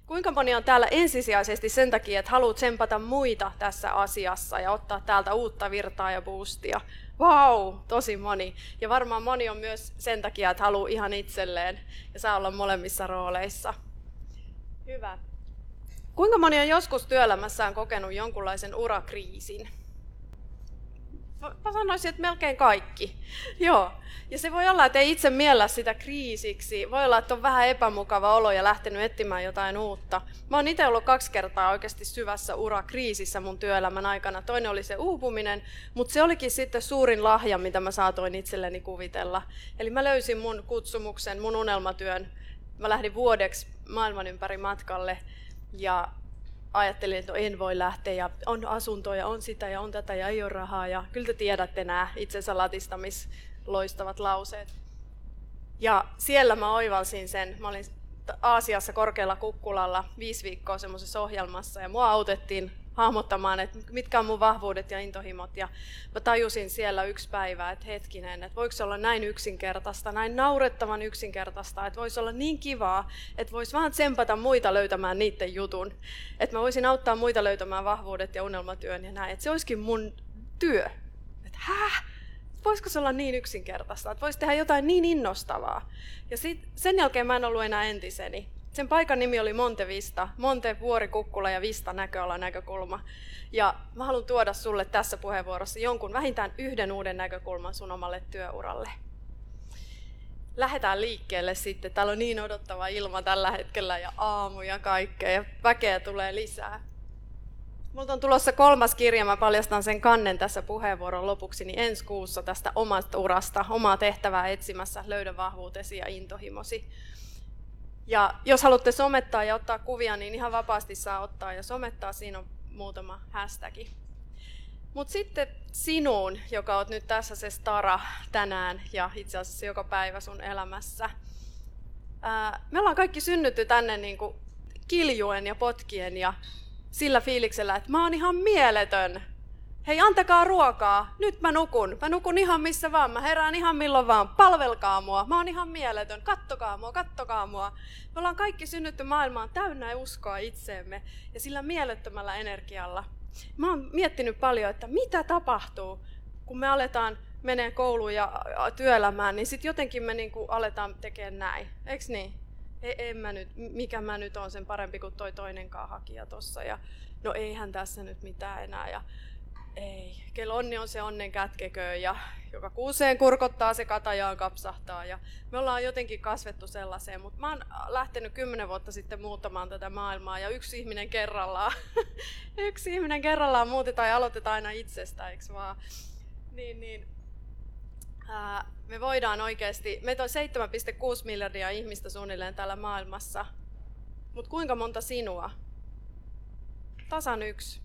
Kuinka moni on täällä ensisijaisesti sen takia, että haluat tsempata muita tässä asiassa ja ottaa täältä uutta virtaa ja boostia? Vau, tosi moni. Ja varmaan moni on myös sen takia, että haluaa ihan itselleen ja saa olla molemmissa rooleissa. Hyvä. Kuinka moni on joskus työelämässään kokenut jonkunlaisen urakriisin? Mä sanoisin, että melkein kaikki. Joo. Ja se voi olla, että ei itse miellä sitä kriisiksi. Voi olla, että on vähän epämukava olo ja lähtenyt etsimään jotain uutta. Mä oon itse ollut 2 kertaa oikeasti syvässä urakriisissä mun työelämän aikana. Toinen oli se uupuminen, mutta se olikin sitten suurin lahja, mitä mä saatoin itselleni kuvitella. Eli mä löysin mun kutsumuksen, mun unelmatyön. Mä lähdin vuodeksi maailman ympäri matkalle ja ajattelin, että en voi lähteä ja on asuntoja, on sitä ja on tätä ja ei ole rahaa. Ja kyllä te tiedätte nämä itsensä latistamisloistavat lauseet. Ja siellä mä oivalsin sen. Mä olin Aasiassa korkealla kukkulalla 5 viikkoa semmoisessa ohjelmassa ja mua autettiin hahmottamaan, että mitkä on mun vahvuudet ja intohimot. Ja mä tajusin siellä yksi päivä, että hetkinen, että voiko se olla näin yksinkertaista, näin naurettavan yksinkertaista, että voisi olla niin kivaa, että voisi vähän tsempata muita löytämään niiden jutun. Että mä voisin auttaa muita löytämään vahvuudet ja unelmatyön ja näin, että se olisikin mun työ. Että voisiko se olla niin yksinkertaista, että voisi tehdä jotain niin innostavaa. Ja sen jälkeen mä en ollut enää entiseni. Sen paikan nimi oli Monte Vista, Monte vuorikukkula ja Vista näköala näkökulma. Ja mä haluan tuoda sulle tässä puheenvuorossa vähintään yhden uuden näkökulman sun omalle työuralle. Lähdetään liikkeelle sitten. Täällä on niin odottava ilma tällä hetkellä ja aamu ja kaikkea ja väkeä tulee lisää. Multa on tulossa 3. kirja, mä paljastan sen kannen tässä puheenvuoron lopuksi, niin ensi kuussa tästä omasta urasta, omaa tehtävää etsimässä, löydä vahvuutesi ja intohimosi. Ja jos haluatte somettaa ja ottaa kuvia, niin ihan vapaasti saa ottaa ja somettaa, siinä on muutama hashtag. Mutta sitten sinuun, joka oot nyt tässä se stara tänään ja itse asiassa joka päivä sun elämässä. Me ollaan kaikki synnytty tänne niin kuin kiljuen ja potkien ja sillä fiiliksellä, että mä oon ihan mieletön. Hei, antakaa ruokaa, nyt mä nukun. Mä nukun ihan missä vaan, mä herään ihan milloin vaan, palvelkaa mua, mä oon ihan mieletön, kattokaa mua. Me ollaan kaikki synnytty maailmaan täynnä uskoa itseemme ja sillä mielettömällä energialla. Mä oon miettinyt paljon, että mitä tapahtuu, kun me aletaan menee kouluun ja työelämään, niin sitten jotenkin me niinku aletaan tekemään näin, eiks niin? Mikä mä nyt on sen parempi kuin toi toinenkaan hakija tossa ja no eihän tässä nyt mitään enää ja ei, kel onni on se onnen kätkeköön ja joka kuuseen kurkottaa se katajaan kapsahtaa ja me ollaan jotenkin kasvettu sellaiseen, mutta mä oon lähtenyt 10 vuotta sitten muuttamaan tätä maailmaa ja yksi ihminen kerrallaan muutetaan ja aloitetaan aina itsestä, eikö vaan? Me voidaan oikeasti, meitä on 7,6 miljardia ihmistä suunnilleen täällä maailmassa, mutta kuinka monta sinua? Tasan yksi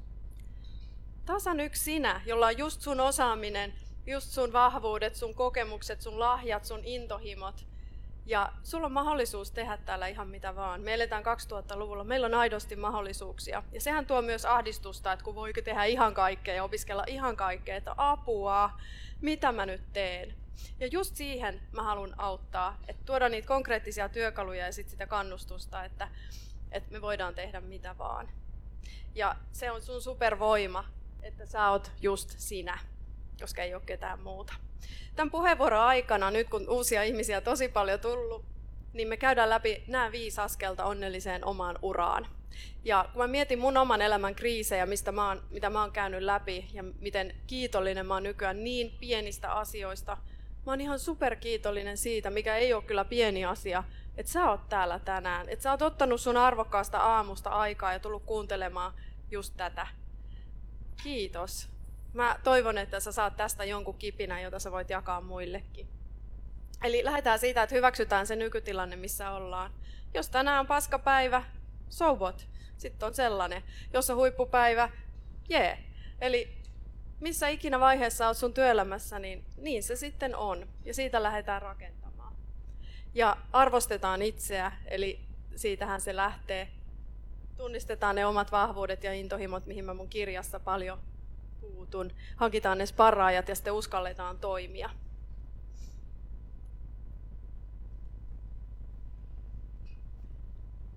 sinä, jolla on just sun osaaminen, just sun vahvuudet, sun kokemukset, sun lahjat, sun intohimot. Ja sulla on mahdollisuus tehdä täällä ihan mitä vaan. Me eletään 2000-luvulla, meillä on aidosti mahdollisuuksia. Ja sehän tuo myös ahdistusta, että kun voiko tehdä ihan kaikkea ja opiskella ihan kaikkea, että apua, mitä mä nyt teen. Ja just siihen mä haluan auttaa, että tuoda niitä konkreettisia työkaluja ja sit sitä kannustusta, että me voidaan tehdä mitä vaan. Ja se on sun supervoima, että sä oot just sinä, koska ei ole ketään muuta. Tämän puheenvuoron aikana, nyt kun uusia ihmisiä tosi paljon tullut, niin me käydään läpi nämä 5 askelta onnelliseen omaan uraan. Ja kun mä mietin mun oman elämän kriisejä, mitä mä oon käynyt läpi ja miten kiitollinen mä oon nykyään niin pienistä asioista, mä oon ihan superkiitollinen siitä, mikä ei ole kyllä pieni asia, että sä oot täällä tänään. Että sä oot ottanut sun arvokkaasta aamusta aikaa ja tullut kuuntelemaan just tätä. Kiitos. Mä toivon, että sä saat tästä jonkun kipinän, jota sä voit jakaa muillekin. Eli lähdetään siitä, että hyväksytään se nykytilanne, missä ollaan. Jos tänään on paskapäivä, so what? Sitten on sellainen. Jos on huippupäivä, jee. Eli missä ikinä vaiheessa olet sun työelämässä, niin se sitten on. Ja siitä lähdetään rakentamaan. Ja arvostetaan itseä, eli siitähän se lähtee. Tunnistetaan ne omat vahvuudet ja intohimot, mihin mä mun kirjassa paljon puutun. Hankitaan ne sparraajat ja sitten uskalletaan toimia.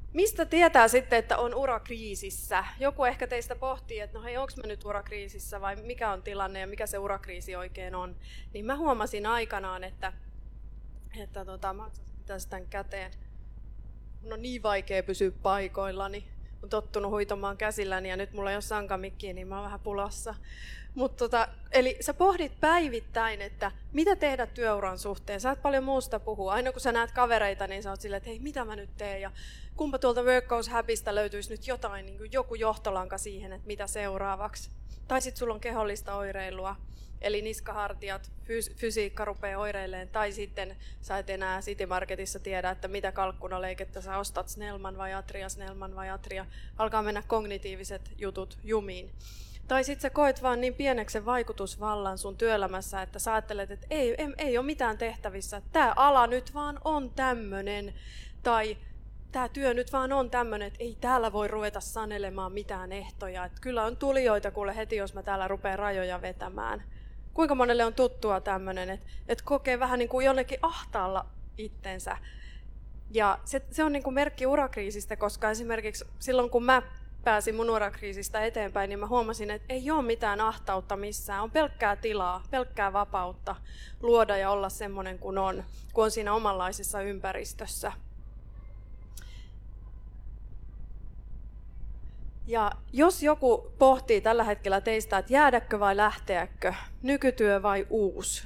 Mistä tietää sitten, että on urakriisissä? Joku ehkä teistä pohtii, että no hei, onko mä nyt urakriisissä vai mikä on tilanne ja mikä se urakriisi oikein on. Niin mä huomasin aikanaan, että mä pitäisin tämän käteen. Mun on niin vaikea pysyä paikoillani. Olen tottunut huitomaan käsilläni ja nyt mulla ei ole sankamikkiä, niin mä oon vähän pulassa. Eli sä pohdit päivittäin, että mitä tehdä työuran suhteen. Sä et paljon muusta puhua. Aina kun sä näet kavereita, niin sä oot silleen, että hei, mitä mä nyt teen? Ja kumpa tuolta Work Goes Happystä löytyisi nyt jotain, niin kuin joku johtolanka siihen, että mitä seuraavaksi. Tai sitten sulla on kehollista oireilua, eli niskahartiat, fysiikka rupeaa oireilleen. Tai sitten sä et enää City Marketissa tiedä, että mitä kalkkunaleikettä sä ostat, Snellman vai Atria. Alkaa mennä kognitiiviset jutut jumiin. Tai sitten sä koet vaan niin pieneksi sen vaikutusvallan sun työelämässä, että sä ajattelet, että ei ole mitään tehtävissä. Tämä ala nyt vaan on tämmöinen. Tai tämä työ nyt vaan on tämmöinen, että ei täällä voi ruveta sanelemaan mitään ehtoja. Että kyllä on tulijoita kuule heti, jos mä täällä rupean rajoja vetämään. Kuinka monelle on tuttua tämmöinen, että kokee vähän niin kuin jonnekin ahtaalla itsensä. Ja se on niin kuin merkki urakriisistä, koska esimerkiksi silloin kun mä pääsin mun urakriisistä eteenpäin, niin mä huomasin, että ei ole mitään ahtautta missään. On pelkkää tilaa, pelkkää vapautta luoda ja olla semmoinen kuin on siinä omanlaisessa ympäristössä. Ja jos joku pohtii tällä hetkellä teistä, että jäädäkö vai lähteäkö, nykytyö vai uusi,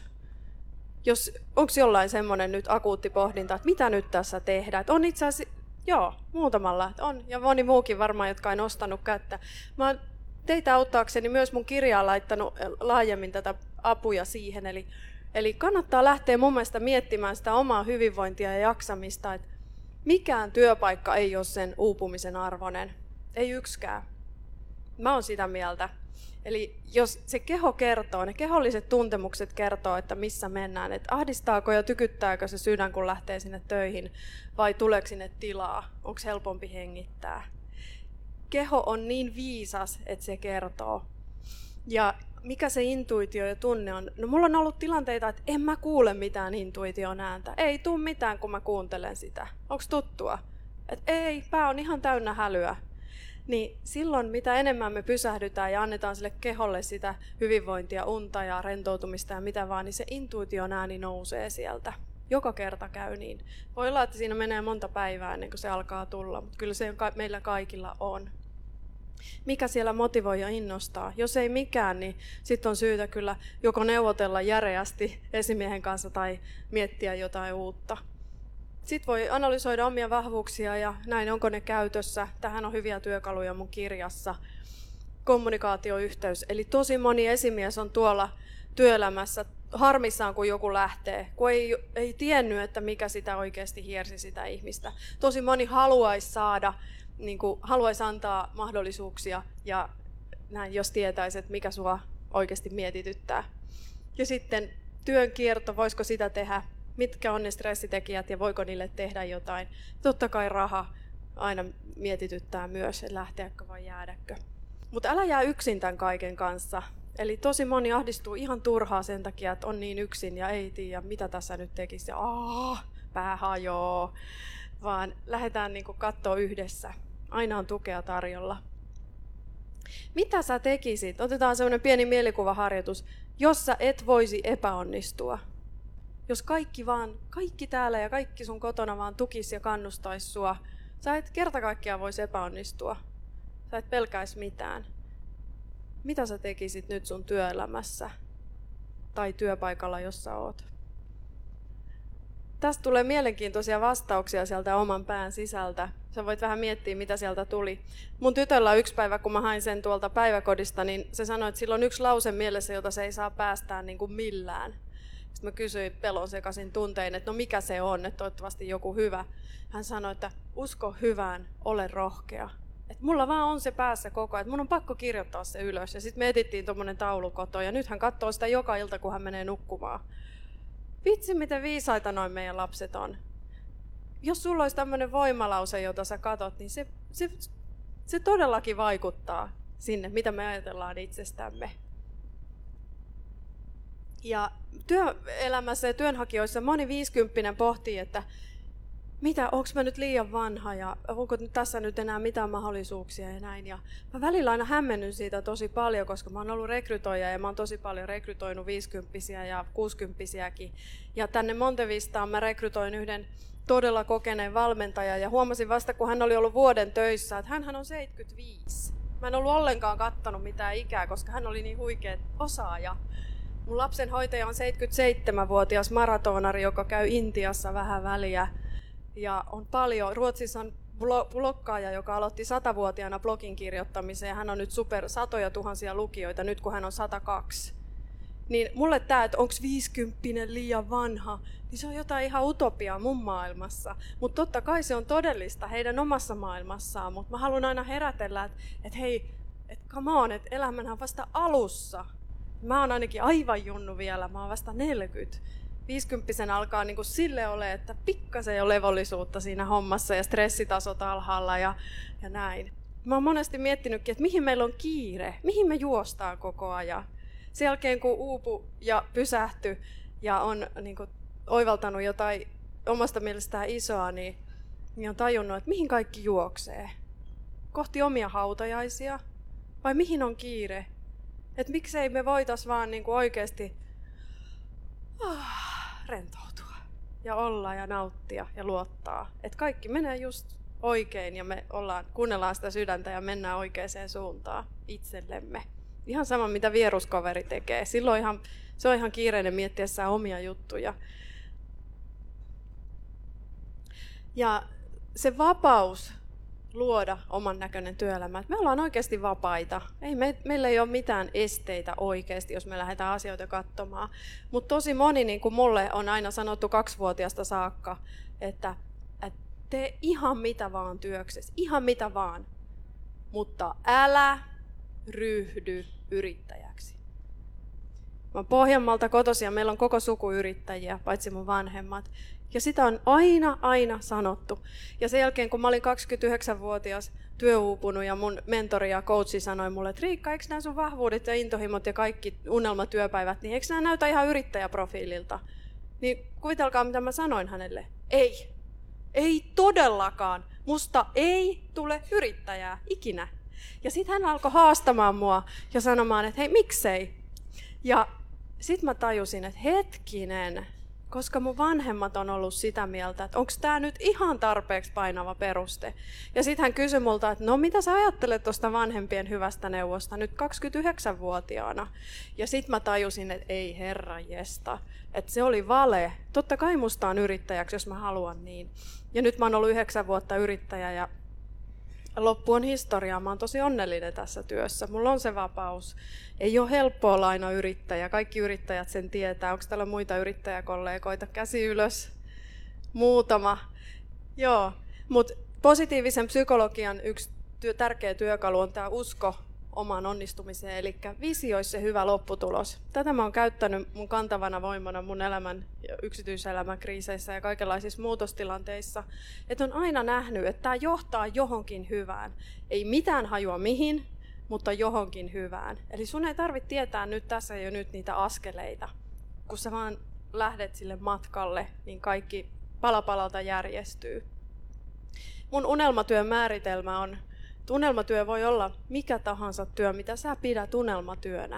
onko jollain semmoinen nyt akuutti pohdinta, että mitä nyt tässä tehdään, että on itse asiassa joo, muutamalla on, ja moni muukin varmaan, jotka ei nostanut kättä. Mä oon teitä auttaakseni myös mun kirjaan laittanut laajemmin tätä apuja siihen, eli kannattaa lähteä mun mielestä miettimään sitä omaa hyvinvointia ja jaksamista, että mikään työpaikka ei ole sen uupumisen arvoinen, ei yksikään. Mä oon sitä mieltä. Eli jos se keho kertoo, ne keholliset tuntemukset kertoo, että missä mennään, että ahdistaako ja tykyttääkö se sydän, kun lähtee sinne töihin, vai tuleeko sinne tilaa, onko helpompi hengittää. Keho on niin viisas, että se kertoo. Ja mikä se intuitio ja tunne on? No mulla on ollut tilanteita, että en mä kuule mitään intuition ääntä. Ei tule mitään, kun mä kuuntelen sitä. Onko tuttua? Että ei, pää on ihan täynnä hälyä. Niin silloin mitä enemmän me pysähdytään ja annetaan sille keholle sitä hyvinvointia, unta ja rentoutumista ja mitä vaan, niin se intuition ääni nousee sieltä. Joka kerta käy niin. Voi olla, että siinä menee monta päivää ennen kuin se alkaa tulla, mutta kyllä se meillä kaikilla on. Mikä siellä motivoi ja innostaa? Jos ei mikään, niin sitten on syytä kyllä joko neuvotella järeästi esimiehen kanssa tai miettiä jotain uutta. Sitten voi analysoida omia vahvuuksia ja näin, onko ne käytössä. Tähän on hyviä työkaluja mun kirjassa. Kommunikaatioyhteys. Eli tosi moni esimies on tuolla työelämässä harmissaan, kun joku lähtee, kun ei tiennyt, että mikä sitä oikeasti hiersi sitä ihmistä. Tosi moni haluaisi saada, haluaisi antaa mahdollisuuksia ja näin, jos tietäisi, että mikä sua oikeasti mietityttää. Ja sitten työn kierto, voisiko sitä tehdä? Mitkä on ne stressitekijät ja voiko niille tehdä jotain? Totta kai raha aina mietityttää myös, että lähteäkö vai jäädäkö. Mutta älä jää yksin tämän kaiken kanssa. Eli tosi moni ahdistuu ihan turhaa sen takia, että on niin yksin ja ei tiedä, mitä tässä nyt tekisi. Ja pää hajoaa. Vaan lähdetään katsoa yhdessä. Aina on tukea tarjolla. Mitä sä tekisit? Otetaan semmoinen pieni mielikuvaharjoitus, jos sä et voisi epäonnistua. Jos kaikki täällä ja kaikki sun kotona vaan tukisi ja kannustaisi sua, sä et kerta kaikkiaan voisi epäonnistua. Sä et pelkäisi mitään. Mitä sä tekisit nyt sun työelämässä tai työpaikalla, jossa oot? Tästä tulee mielenkiintoisia vastauksia sieltä oman pään sisältä. Sä voit vähän miettiä, mitä sieltä tuli. Mun tytöllä yksi päivä, kun mä hain sen tuolta päiväkodista, niin se sanoi, että sillä on yksi lause mielessä, jota se ei saa päästään niin kuin millään. Sitten mä kysyin pelon sekaisin tuntein, että no mikä se on, että toivottavasti joku hyvä. Hän sanoi, että usko hyvään, ole rohkea. Että mulla vaan on se päässä koko ajan, että mun on pakko kirjoittaa se ylös. Ja sitten me etittiin tommonen taulu kotoa ja nyt hän katsoo sitä joka ilta, kun hän menee nukkumaan. Vitsi, miten viisaita noin meidän lapset on. Jos sulla olisi tämmöinen voimalause, jota sä katot, niin se todellakin vaikuttaa sinne, mitä me ajatellaan itsestämme. Ja työelämässä ja työnhakijoissa moni 50 pohtii, että onko mä nyt liian vanha ja onko tässä nyt enää mitään mahdollisuuksia ja näin. Ja mä välillä aina hämmennyn siitä tosi paljon, koska mä oon ollut rekrytoija ja mä oon tosi paljon rekrytoinut 50-vuotiaita ja 60-vuotiaitakin. Ja tänne Montevistaan mä rekrytoin yhden todella kokeneen valmentajan ja huomasin vasta, kun hän oli ollut vuoden töissä, että hän on 75. Mä en ollut ollenkaan kattanut mitään ikää, koska hän oli niin huikea osaaja. Mun lapsen hoitaja on 77-vuotias maratonari, joka käy Intiassa vähän väliä. Ja on paljon. Ruotsissa on blokkaaja, joka aloitti 100-vuotiaana blogin kirjoittamisen ja hän on nyt satoja tuhansia lukijoita nyt kun hän on 102. Niin mulle tämä, että onko 50 liian vanha, niin se on jotain ihan utopiaa mun maailmassa. Mutta totta kai se on todellista heidän omassa maailmassaan, mutta mä haluan aina herätellä, että hei, come on, että elämänhän on vasta alussa. Mä oon ainakin aivan junnu vielä, mä oon vasta 40. 50 alkaa niin kuin sille ole, että pikkasen jo levollisuutta siinä hommassa ja stressitasot alhaalla ja näin. Mä oon monesti miettinytkin, että mihin meillä on kiire, mihin me juostaan koko ajan. Sen jälkeen kun uupu ja pysähtyi ja on niin kuin oivaltanut jotain omasta mielestään isoa, niin on tajunnut, että mihin kaikki juoksee. Kohti omia hautajaisia vai mihin on kiire? Että miksei me voitais vaan niin kuin oikeasti rentoutua ja olla ja nauttia ja luottaa. Että kaikki menee just oikein ja me kuunnellaan sitä sydäntä ja mennään oikeaan suuntaan itsellemme. Ihan sama mitä vieruskaveri tekee. Silloin se on ihan kiireinen miettiessään omia juttuja. Ja se vapaus luoda oman näköinen työelämä. Että me ollaan oikeasti vapaita. Meillä ei ole mitään esteitä oikeasti, jos me lähdetään asioita katsomaan. Mutta tosi moni, niin kuin mulle on aina sanottu 2-vuotiaasta saakka, että tee ihan mitä vaan työksesi, ihan mitä vaan. Mutta älä ryhdy yrittäjäksi. Mä oon Pohjanmaalta kotoisin ja meillä on koko suku yrittäjiä, paitsi mun vanhemmat. Ja sitä on aina sanottu. Ja sen jälkeen, kun mä olin 29-vuotias työuupunut ja mun mentori ja coachi sanoi mulle, että Riikka, eikö nämä sun vahvuudet ja intohimot ja kaikki unelmatyöpäivät, niin eikö nämä näytä ihan yrittäjäprofiililta? Niin kuvitelkaa, mitä mä sanoin hänelle. Ei todellakaan. Musta ei tule yrittäjää ikinä. Ja sitten hän alkoi haastamaan mua ja sanomaan, että hei, miksei? Ja sitten mä tajusin, että hetkinen, koska mun vanhemmat on ollut sitä mieltä, että onko tämä nyt ihan tarpeeksi painava peruste. Ja sitten hän kysyi multa, että no mitä sä ajattelet tuosta vanhempien hyvästä neuvosta nyt 29-vuotiaana. Ja sitten mä tajusin, että ei herranjesta, että se oli vale. Totta kai musta on yrittäjäksi, jos mä haluan niin. Ja nyt mä oon ollut 9 vuotta yrittäjä ja loppu on historiaa. Mä oon tosi onnellinen tässä työssä. Mulla on se vapaus. Ei ole helppoa olla aina yrittäjä. Kaikki yrittäjät sen tietää. Onko täällä muita yrittäjäkollegoita? Käsi ylös. Muutama. Joo. Mutta positiivisen psykologian yksi tärkeä työkalu on tämä usko omaan onnistumiseen. Eli visio se hyvä lopputulos. Tätä mä oon käyttänyt mun kantavana voimana mun elämän ja yksityiselämän kriiseissä ja kaikenlaisissa muutostilanteissa. Että on aina nähnyt, että tämä johtaa johonkin hyvään. Ei mitään hajua mihin, mutta johonkin hyvään. Eli sun ei tarvitse tietää nyt tässä jo nyt niitä askeleita. Kun sä vaan lähdet sille matkalle, niin kaikki pala palalta järjestyy. Mun unelmatyön määritelmä on, että unelmatyö voi olla mikä tahansa työ, mitä sä pidät unelmatyönä.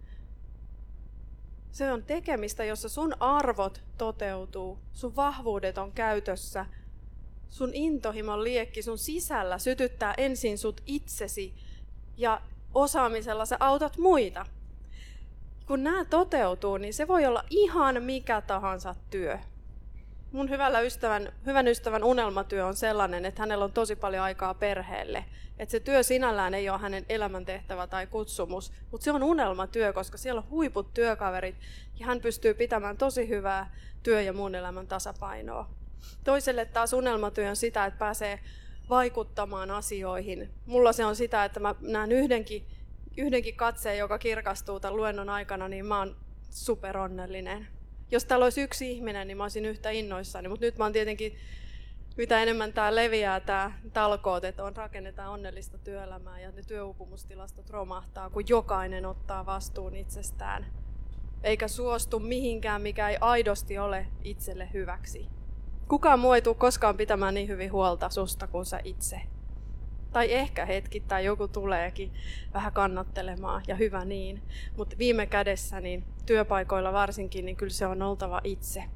Se on tekemistä, jossa sun arvot toteutuu, sun vahvuudet on käytössä, sun intohimon liekki sun sisällä sytyttää ensin sut itsesi ja osaamisella sä autat muita. Kun nämä toteutuu, niin se voi olla ihan mikä tahansa työ. Mun hyvän ystävän unelmatyö on sellainen, että hänellä on tosi paljon aikaa perheelle. Että se työ sinällään ei ole hänen elämäntehtävä tai kutsumus, mutta se on unelmatyö, koska siellä on huiput työkaverit ja hän pystyy pitämään tosi hyvää työ- ja muun elämän tasapainoa. Toiselle taas unelmatyö on sitä, että pääsee vaikuttamaan asioihin. Mulla se on sitä, että mä näen yhdenkin katseen, joka kirkastuu tämän luennon aikana, niin mä oon superonnellinen. Jos täällä olisi yksi ihminen, niin mä olisin yhtä innoissani, mutta nyt mä oon tietenkin, mitä enemmän tää leviää, tää talkoot, että rakennetaan onnellista työelämää ja ne työuupumustilastot romahtaa, kun jokainen ottaa vastuun itsestään, eikä suostu mihinkään, mikä ei aidosti ole itselle hyväksi. Kukaan muu ei tule koskaan pitämään niin hyvin huolta susta kuin sä itse. Tai ehkä hetkittäin joku tuleekin vähän kannattelemaan, ja hyvä niin. Mutta viime kädessä niin työpaikoilla varsinkin, niin kyllä se on oltava itse.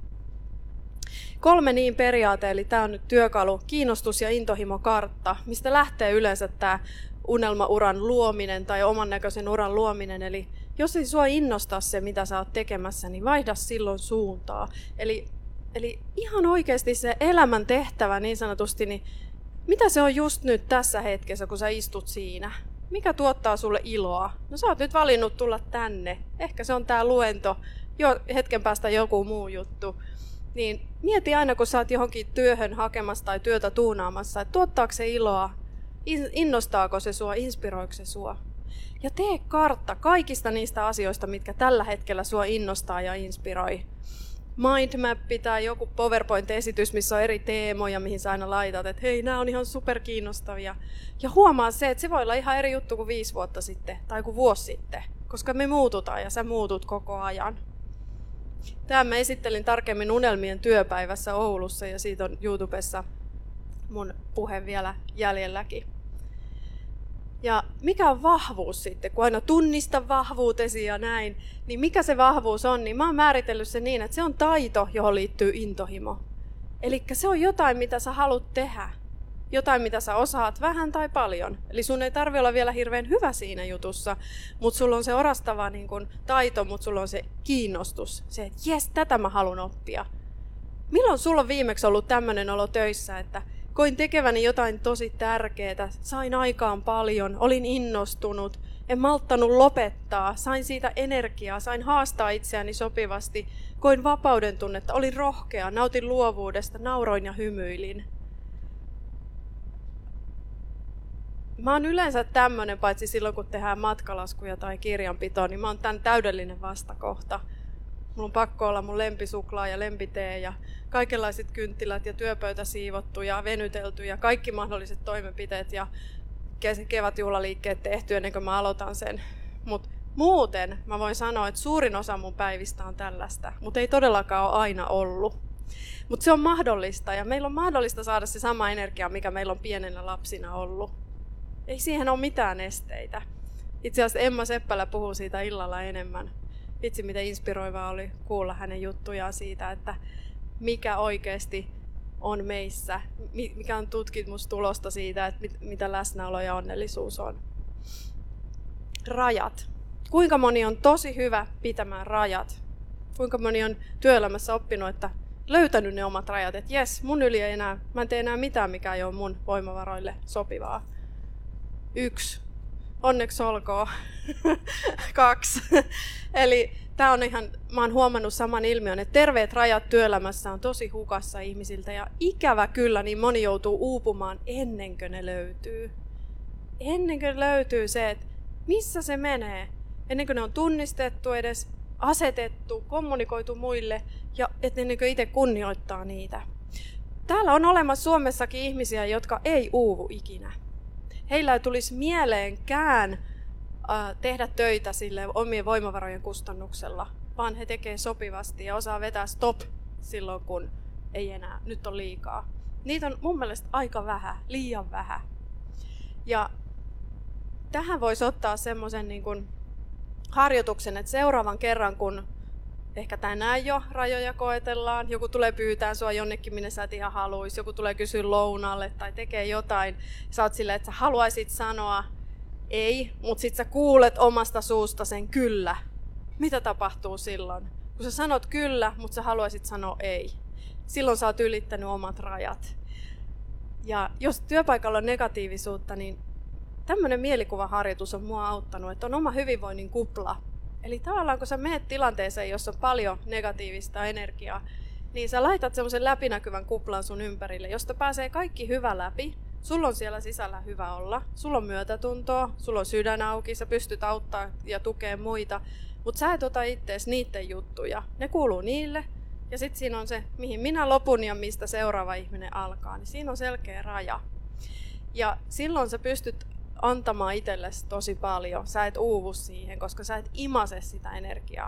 3 niin periaate, eli tämä on nyt työkalu, kiinnostus- ja intohimokartta, mistä lähtee yleensä tämä unelmauran luominen tai oman näköisen uran luominen. Eli jos ei sua innosta se, mitä sä oot tekemässä, niin vaihda silloin suuntaa. Eli ihan oikeasti se elämän tehtävä niin sanotusti, niin mitä se on just nyt tässä hetkessä, kun sä istut siinä? Mikä tuottaa sulle iloa? No sä oot nyt valinnut tulla tänne. Ehkä se on tää luento, jo hetken päästä joku muu juttu. Niin mieti aina, kun sä oot johonkin työhön hakemassa tai työtä tuunaamassa, että tuottaako se iloa, innostaako se sua, inspiroiko se sua. Ja tee kartta kaikista niistä asioista, mitkä tällä hetkellä sua innostaa ja inspiroi. Mindmappi tai joku PowerPoint-esitys, missä on eri teemoja, mihin sä aina laitat, että hei, nämä on ihan superkiinnostavia. Ja huomaa se, että se voi olla ihan eri juttu kuin 5 vuotta sitten tai kuin vuosi sitten, koska me muututaan ja sä muutut koko ajan. Tämän mä esittelin tarkemmin Unelmien työpäivässä Oulussa ja siitä on YouTubessa mun puhe vielä jäljelläkin. Ja mikä on vahvuus sitten, kun aina tunnista vahvuutesi ja näin, niin mikä se vahvuus on, niin mä oon määritellyt se niin, että se on taito, johon liittyy intohimo. Eli se on jotain, mitä sä haluat tehdä, jotain, mitä sä osaat vähän tai paljon. Eli sun ei tarvitse olla vielä hirveän hyvä siinä jutussa, mutta sulla on se orastava niin kun, taito, mutta sulla on se kiinnostus, se, että jes, tätä mä haluan oppia. Milloin sulla on viimeksi ollut tämmöinen olo töissä, että koin tekeväni jotain tosi tärkeää, sain aikaan paljon, olin innostunut, en malttanut lopettaa, sain siitä energiaa, sain haastaa itseäni sopivasti, koin vapauden tunnetta, olin rohkea, nautin luovuudesta, nauroin ja hymyilin. Mä oon yleensä tämmönen, paitsi silloin kun tehdään matkalaskuja tai kirjanpitoa, niin mä oon tän täydellinen vastakohta. Mulla on pakko olla mun lempisuklaa ja lempitee ja kaikenlaiset kynttilät ja työpöytä siivottu ja venytelty ja kaikki mahdolliset toimenpiteet ja kevätjuhlaliikkeet tehty ennen kuin mä aloitan sen. Mut muuten mä voin sanoa, että suurin osa mun päivistä on tällaista, mutta ei todellakaan ole aina ollut. Mutta se on mahdollista ja meillä on mahdollista saada se sama energia, mikä meillä on pienenä lapsina ollut. Ei siihen ole mitään esteitä. Itse asiassa Emma Seppälä puhuu siitä illalla enemmän. Vitsi, miten inspiroivaa oli kuulla hänen juttujaan siitä, että mikä oikeasti on meissä, mikä on tutkimustulosta siitä, että mitä läsnäolo ja onnellisuus on. Rajat. Kuinka moni on tosi hyvä pitämään rajat? Kuinka moni on työelämässä oppinut, että löytänyt ne omat rajat, että jes, mun yli ei enää, mä en tee enää mitään, mikä ei ole mun voimavaroille sopivaa. 1. Onneksi olkoon. 2. Eli tää on ihan, mä oon huomannut saman ilmiön, että terveet rajat työelämässä on tosi hukassa ihmisiltä ja ikävä kyllä niin moni joutuu uupumaan ennen kuin ne löytyy. Ennen kuin löytyy se, että missä se menee, ennen kuin ne on tunnistettu edes, asetettu, kommunikoitu muille ja ennen kuin itse kunnioittaa niitä. Täällä on olemassa Suomessakin ihmisiä, jotka ei uuvu ikinä. Heillä ei tulisi mieleenkään tehdä töitä sille omien voimavarojen kustannuksella, vaan he tekee sopivasti ja osaa vetää stop silloin, kun ei enää, nyt on liikaa. Niitä on mun mielestä aika vähän, liian vähän. Ja tähän voisi ottaa semmoisen niin kuin harjoituksen, että seuraavan kerran, kun ehkä tänään jo rajoja koetellaan, joku tulee pyytää sua jonnekin, minne sä et ihan haluaisi, joku tulee kysyä lounalle tai tekee jotain, sä oot silleen, että sä haluaisit sanoa ei, mutta sit sä kuulet omasta suusta sen kyllä. Mitä tapahtuu silloin? Kun sä sanot kyllä, mutta sä haluaisit sanoa ei. Silloin sä oot ylittänyt omat rajat. Ja jos työpaikalla on negatiivisuutta, niin tämmöinen mielikuvaharjoitus on mua auttanut, että on oma hyvinvoinnin kupla. Eli tavallaan kun sä menet tilanteeseen, jossa on paljon negatiivista energiaa, niin sä laitat semmoisen läpinäkyvän kuplan sun ympärille, josta pääsee kaikki hyvä läpi. Sulla on siellä sisällä hyvä olla, sulla on myötätuntoa, sulla on sydän auki, sä pystyt auttaa ja tukea muita, mutta sä et ota ittees niiden juttuja. Ne kuuluu niille ja sitten siinä on se, mihin minä lopun ja mistä seuraava ihminen alkaa, niin siinä on selkeä raja. Ja silloin sä pystyt antamaan itsellesi tosi paljon. Sä et uuvu siihen, koska sä et imase sitä energiaa.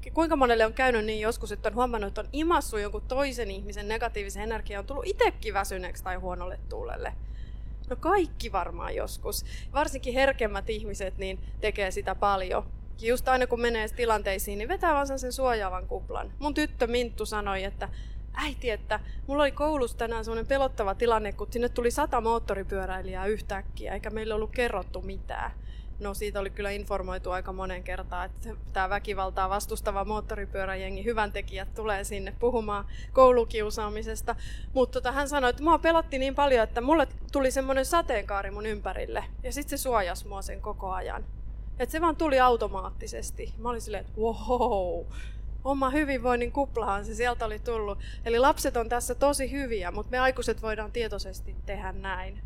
kuinka monelle on käynyt niin joskus, että on huomannut, että on imassut jonkun toisen ihmisen negatiivisen energian, on tullut itsekin väsyneeksi tai huonolle tuulelle. No kaikki varmaan joskus. Varsinkin herkemmät ihmiset niin tekee sitä paljon. Ja just aina kun menee tilanteisiin, niin vetää vaan sen suojaavan kuplan. Mun tyttö Minttu sanoi, että äiti, että mulla oli koulussa tänään semmoinen pelottava tilanne, kun sinne tuli 100 moottoripyöräilijää yhtäkkiä, eikä meille ollut kerrottu mitään. No siitä oli kyllä informoitu aika monen kertaan, että tämä väkivaltaa vastustava moottoripyöräjengi hyväntekijät tulee sinne puhumaan koulukiusaamisesta. Mutta hän sanoi, että mua pelotti niin paljon, että mulle tuli semmoinen sateenkaari mun ympärille ja sitten se suojasi mua sen koko ajan. Että se vaan tuli automaattisesti. Mä olin silleen, että wow, oma hyvinvoinnin kuplahan se sieltä oli tullut. Eli lapset on tässä tosi hyviä, mutta me aikuiset voidaan tietoisesti tehdä näin.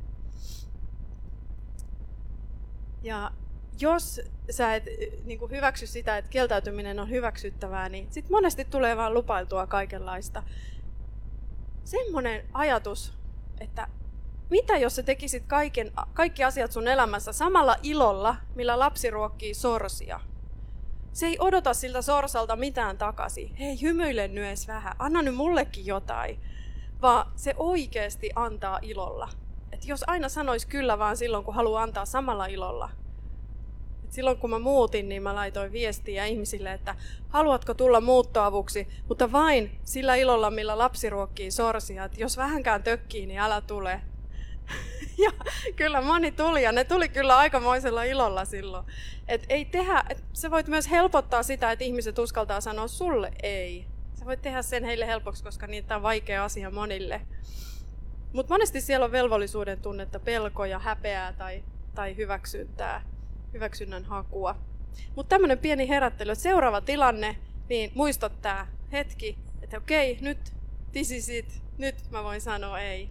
Ja jos sä et niin kuin hyväksy sitä, että kieltäytyminen on hyväksyttävää, niin sit monesti tulee vaan lupailtua kaikenlaista. Semmoinen ajatus, että mitä jos sä tekisit kaikki asiat sun elämässä samalla ilolla, millä lapsi ruokkii sorsia? Se ei odota siltä sorsalta mitään takaisin. Hei, hymyile nyt edes vähän, anna nyt mullekin jotain. Vaan se oikeasti antaa ilolla. Et jos aina sanois kyllä vaan silloin, kun haluaa antaa samalla ilolla. Et silloin kun mä muutin, niin mä laitoin viestiä ihmisille, että haluatko tulla muuttoavuksi, mutta vain sillä ilolla, millä lapsi ruokkii sorsia. Et jos vähänkään tökkii, niin älä tule. Ja kyllä moni tuli, ja ne tuli kyllä aikamoisella ilolla silloin. Sä voit myös helpottaa sitä, että ihmiset uskaltaa sanoa sulle ei. Sä voit tehdä sen heille helpoksi, koska niitä on vaikea asia monille. Mutta monesti siellä on velvollisuuden tunnetta, pelkoja, häpeää tai hyväksynnän hakua. Mutta tämmöinen pieni herättely, että seuraava tilanne, niin muistat tää hetki, että okei, nyt this is it, nyt mä voin sanoa ei.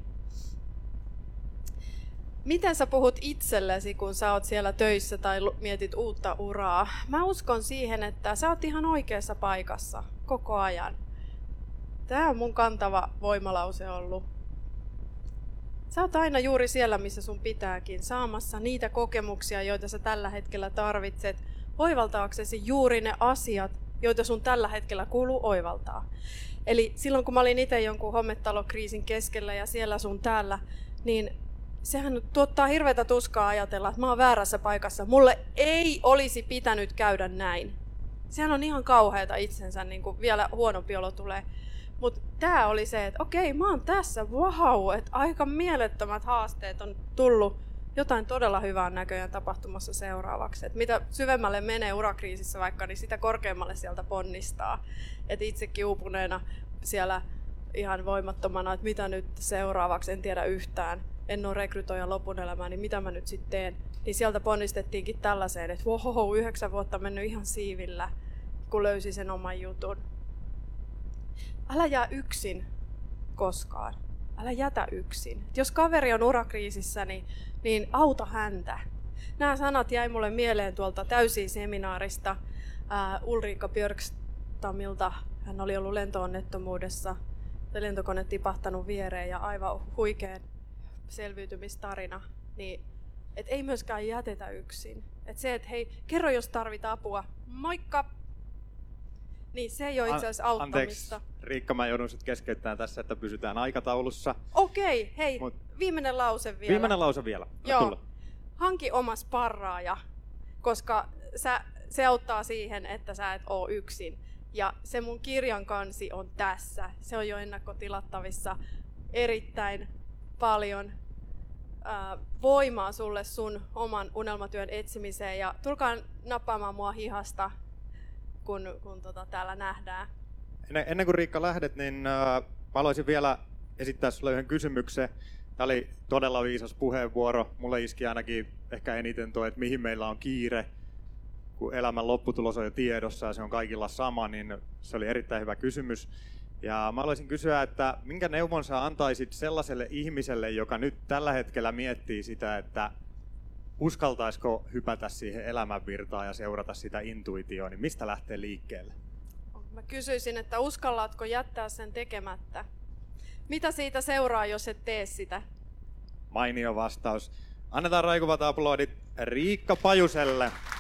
Miten sä puhut itsellesi, kun sä oot siellä töissä tai mietit uutta uraa? Mä uskon siihen, että sä oot ihan oikeassa paikassa koko ajan. Tää on mun kantava voimalause ollut. Sä oot aina juuri siellä, missä sun pitääkin, saamassa niitä kokemuksia, joita sä tällä hetkellä tarvitset, oivaltaaksesi juuri ne asiat, joita sun tällä hetkellä kuuluu oivaltaa. Eli silloin, kun mä olin itse jonkun hometalokriisin keskellä ja siellä sun täällä, niin sehän tuottaa hirveätä tuskaa ajatella, että mä oon väärässä paikassa. Mulle ei olisi pitänyt käydä näin. Sehän on ihan kauheata itsensä, niin kuin vielä huonompi olo tulee. Mutta tää oli se, että okei, mä oon tässä, vau, että aika mielettömät haasteet on tullut. Jotain todella hyvää näköjään tapahtumassa seuraavaksi. Et mitä syvemmälle menee urakriisissä vaikka, niin sitä korkeammalle sieltä ponnistaa. Et itsekin uupuneena siellä ihan voimattomana, että mitä nyt seuraavaksi, en tiedä yhtään. En ole rekrytoija lopun elämää, niin mitä mä nyt sitten teen? Niin sieltä ponnistettiinkin tällaiseen, että 9 vuotta mennyt ihan siivillä, kun löysi sen oman jutun. Älä jää yksin koskaan. Älä jätä yksin. Jos kaveri on urakriisissä, niin auta häntä. Nämä sanat jäi mulle mieleen tuolta täysi-seminaarista Ulrika Björkstamilta. Hän oli ollut lentoonnettomuudessa. Lentokone tipahtanut viereen ja aivan huikean selviytymistarina. Niin, et ei myöskään jätetä yksin. Et se, että hei, kerro jos tarvit apua. Moikka! Niin se ei ole itse asiassa auttamista. Anteeksi, Riikka, mä joudun sitten keskeyttämään tässä, että pysytään aikataulussa. Okei, hei, viimeinen lause vielä. Viimeinen lause vielä. Joo. Hanki oma sparraaja, koska se auttaa siihen, että sä et oo yksin. Ja se mun kirjan kansi on tässä. Se on jo ennakkotilattavissa. Erittäin paljon voimaa sulle sun oman unelmatyön etsimiseen. Ja tulkaa nappaamaan mua hihasta, kun täällä nähdään. Ennen kuin Riikka lähdet, niin mä haluaisin vielä esittää sulle yhden kysymyksen. Tämä oli todella viisas puheenvuoro. Mulle iski ainakin ehkä eniten tuo, että mihin meillä on kiire, kun elämän lopputulos on jo tiedossa ja se on kaikilla sama, niin se oli erittäin hyvä kysymys. Ja mä haluaisin kysyä, että minkä neuvon sä antaisit sellaiselle ihmiselle, joka nyt tällä hetkellä miettii sitä, että uskaltaisiko hypätä siihen elämänvirtaan ja seurata sitä intuitioon, niin mistä lähtee liikkeelle? Mä kysyisin, että uskallatko jättää sen tekemättä? Mitä siitä seuraa, jos et tee sitä? Mainio vastaus. Annetaan raikuvat aplodit Riikka Pajuselle.